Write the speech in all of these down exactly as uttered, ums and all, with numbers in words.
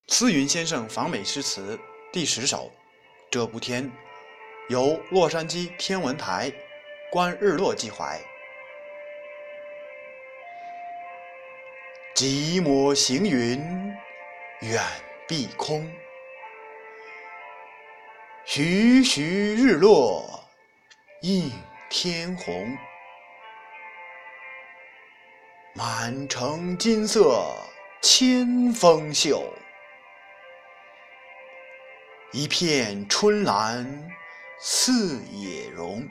思云先生访美诗词第十首。这部天由洛杉矶天文台观日落寄怀。寂寞行云远碧空，徐徐日落映天红。满城金色千峰秀，一片春蓝似野榕。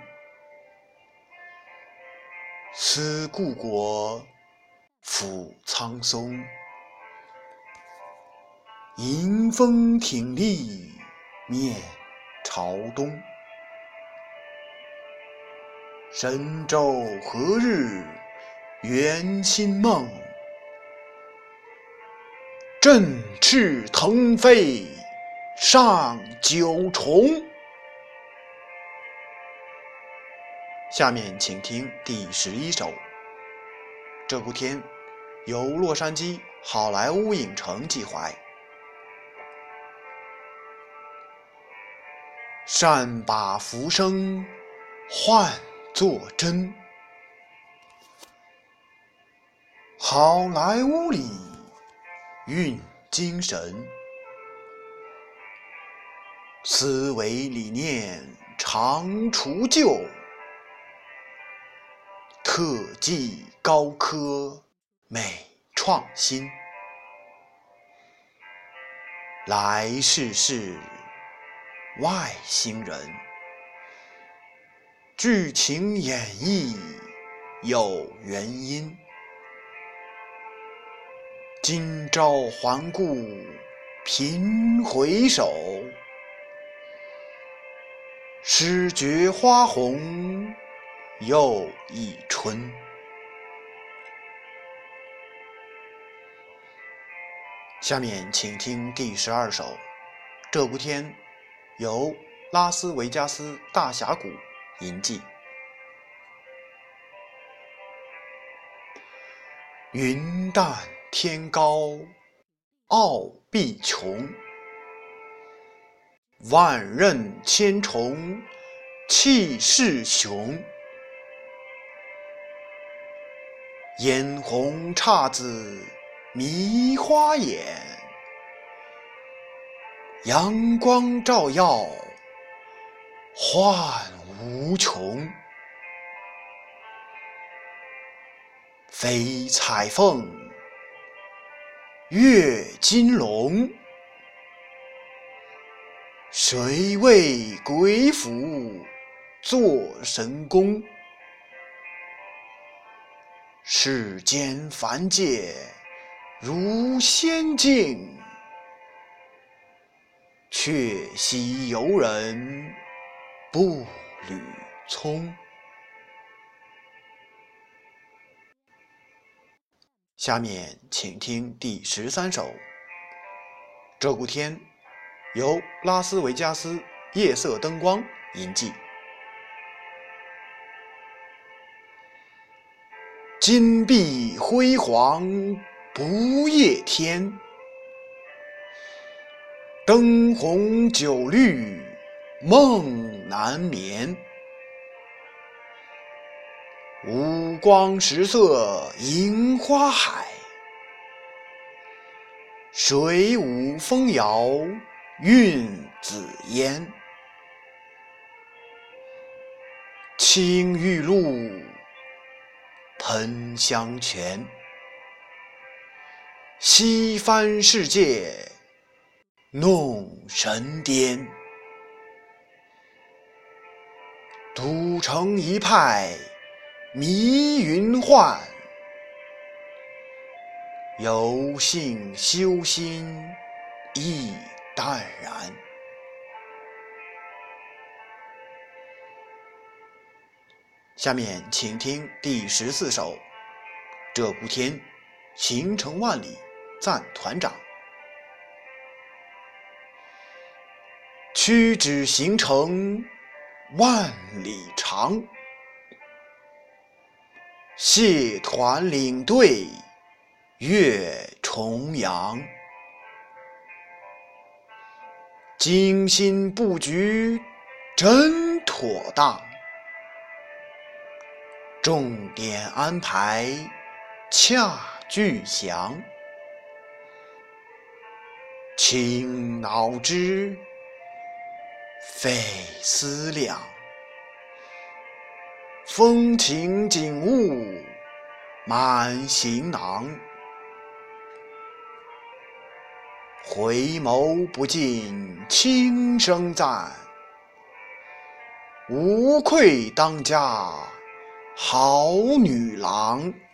思故国抚苍松，迎风挺立面朝东。神州何日圆新梦？振翅腾飞上九重。下面请听第十一首。这部天由洛杉矶好莱坞影城寄怀。善把浮生换作真，好莱坞里蕴精神，思维理念常除旧，特技高科美创新。来世是外星人，剧情演绎有原因。今朝环顾频回首，始觉花红又一春。下面请听第十二首。这部天由拉斯维加斯大峡谷吟记。云淡天高傲碧穹，万仞千重气势雄。嫣红姹紫迷花眼，阳光照耀幻无穷。飞彩凤跃金龙，谁为鬼斧做神功？世间凡界如仙境，却惜游人步履匆。下面请听第十三首。这部天由拉斯维加斯夜色灯光吟记。金碧辉煌不夜天，灯红酒绿梦难眠。五光十色樱花海，水舞风摇韵紫烟。青玉露喷香泉，西番世界弄神颠。赌城一派迷云幻，有幸修心亦淡然。下面请听第十四首。这部天行程万里赞团长。屈指行程万里长，谢团领队越重洋。 精心布局真妥当，重点安排恰具详，倾脑汁费思量，风情景物满行囊，回眸不尽轻声赞，无愧当家好女郎。